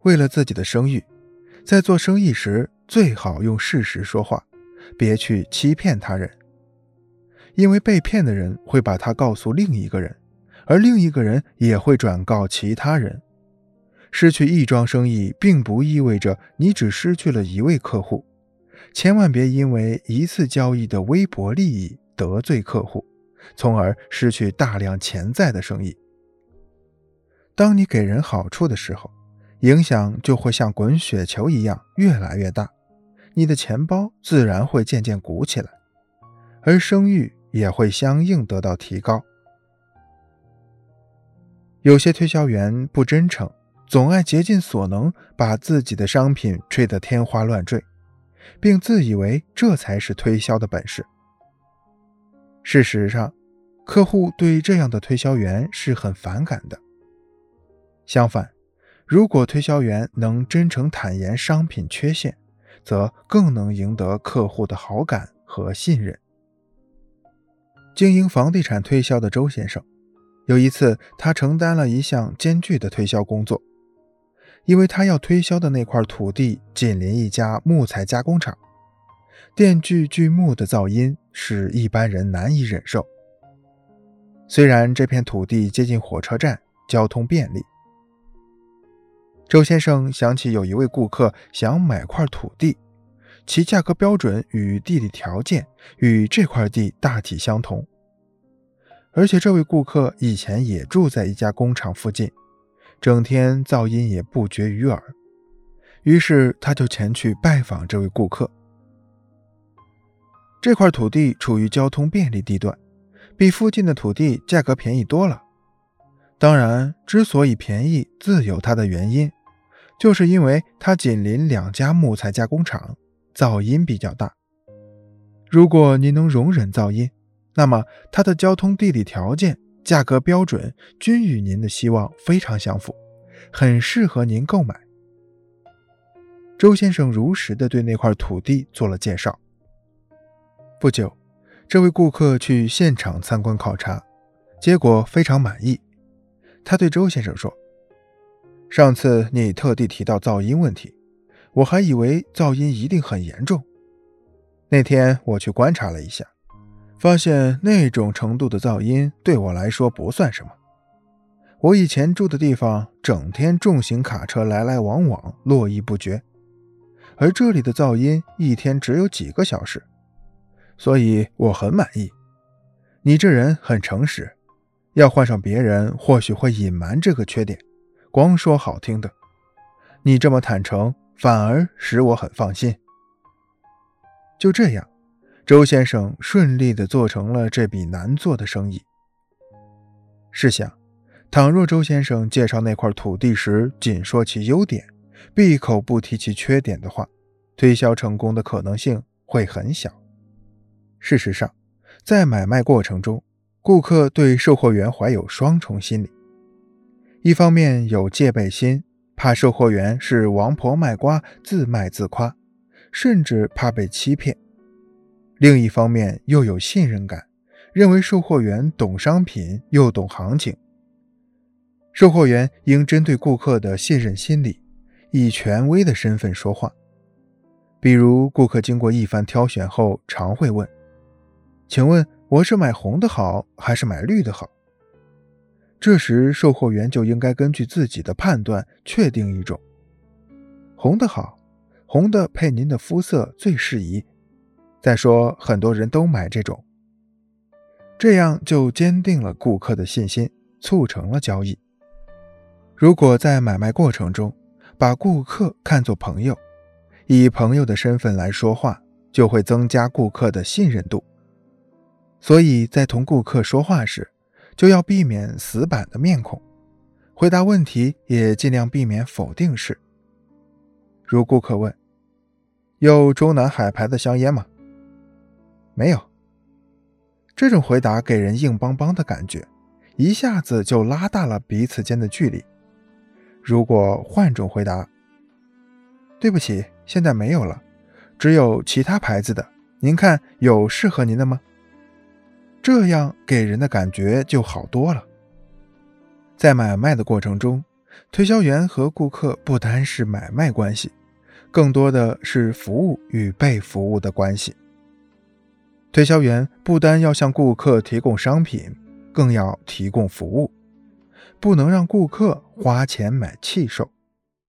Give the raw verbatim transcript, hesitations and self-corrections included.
为了自己的声誉，在做生意时最好用事实说话，别去欺骗他人。因为被骗的人会把它告诉另一个人，而另一个人也会转告其他人。失去一桩生意并不意味着你只失去了一位客户，千万别因为一次交易的微薄利益得罪客户，从而失去大量潜在的生意。当你给人好处的时候，影响就会像滚雪球一样越来越大，你的钱包自然会渐渐鼓起来，而声誉也会相应得到提高。有些推销员不真诚，总爱竭尽所能把自己的商品吹得天花乱坠，并自以为这才是推销的本事。事实上，客户对这样的推销员是很反感的。相反，如果推销员能真诚坦言商品缺陷，则更能赢得客户的好感和信任。经营房地产推销的周先生，有一次他承担了一项艰巨的推销工作，因为他要推销的那块土地紧邻一家木材加工厂，电锯锯木的噪音使一般人难以忍受。虽然这片土地接近火车站，交通便利，周先生想起有一位顾客想买块土地，其价格标准与地理条件与这块地大体相同，而且这位顾客以前也住在一家工厂附近，整天噪音也不绝于耳。于是他就前去拜访这位顾客。这块土地处于交通便利地段，比附近的土地价格便宜多了。当然，之所以便宜自有它的原因，就是因为它紧邻两家木材加工厂，噪音比较大。如果您能容忍噪音，那么它的交通地理条件、价格标准均与您的希望非常相符，很适合您购买。周先生如实地对那块土地做了介绍。不久，这位顾客去现场参观考察，结果非常满意。他对周先生说：上次你特地提到噪音问题，我还以为噪音一定很严重。那天我去观察了一下，发现那种程度的噪音对我来说不算什么。我以前住的地方整天重型卡车来来往往，络绎不绝，而这里的噪音一天只有几个小时，所以我很满意。你这人很诚实，要换上别人或许会隐瞒这个缺点，光说好听的。你这么坦诚，反而使我很放心。就这样，周先生顺利地做成了这笔难做的生意。试想，倘若周先生介绍那块土地时仅说其优点，闭口不提其缺点的话，推销成功的可能性会很小。事实上，在买卖过程中，顾客对售货员怀有双重心理。一方面有戒备心，怕售货员是王婆卖瓜，自卖自夸，甚至怕被欺骗；另一方面又有信任感，认为售货员懂商品又懂行情。售货员应针对顾客的信任心理，以权威的身份说话。比如顾客经过一番挑选后，常会问：请问我是买红的好还是买绿的好？这时售货员就应该根据自己的判断确定一种。红的好，红的配您的肤色最适宜。再说很多人都买这种。这样就坚定了顾客的信心，促成了交易。如果在买卖过程中把顾客看作朋友，以朋友的身份来说话，就会增加顾客的信任度。所以在同顾客说话时，就要避免死板的面孔，回答问题也尽量避免否定式。如顾客问：有中南海牌的香烟吗？没有。这种回答给人硬邦邦的感觉，一下子就拉大了彼此间的距离。如果换种回答：对不起，现在没有了，只有其他牌子的，您看有适合您的吗？这样给人的感觉就好多了。在买卖的过程中， 推销员和顾客不单是买卖关系，更多的是服务与被服务的关系。推销员不单要向顾客提供商品，更要提供服务，不能让顾客花钱买气受。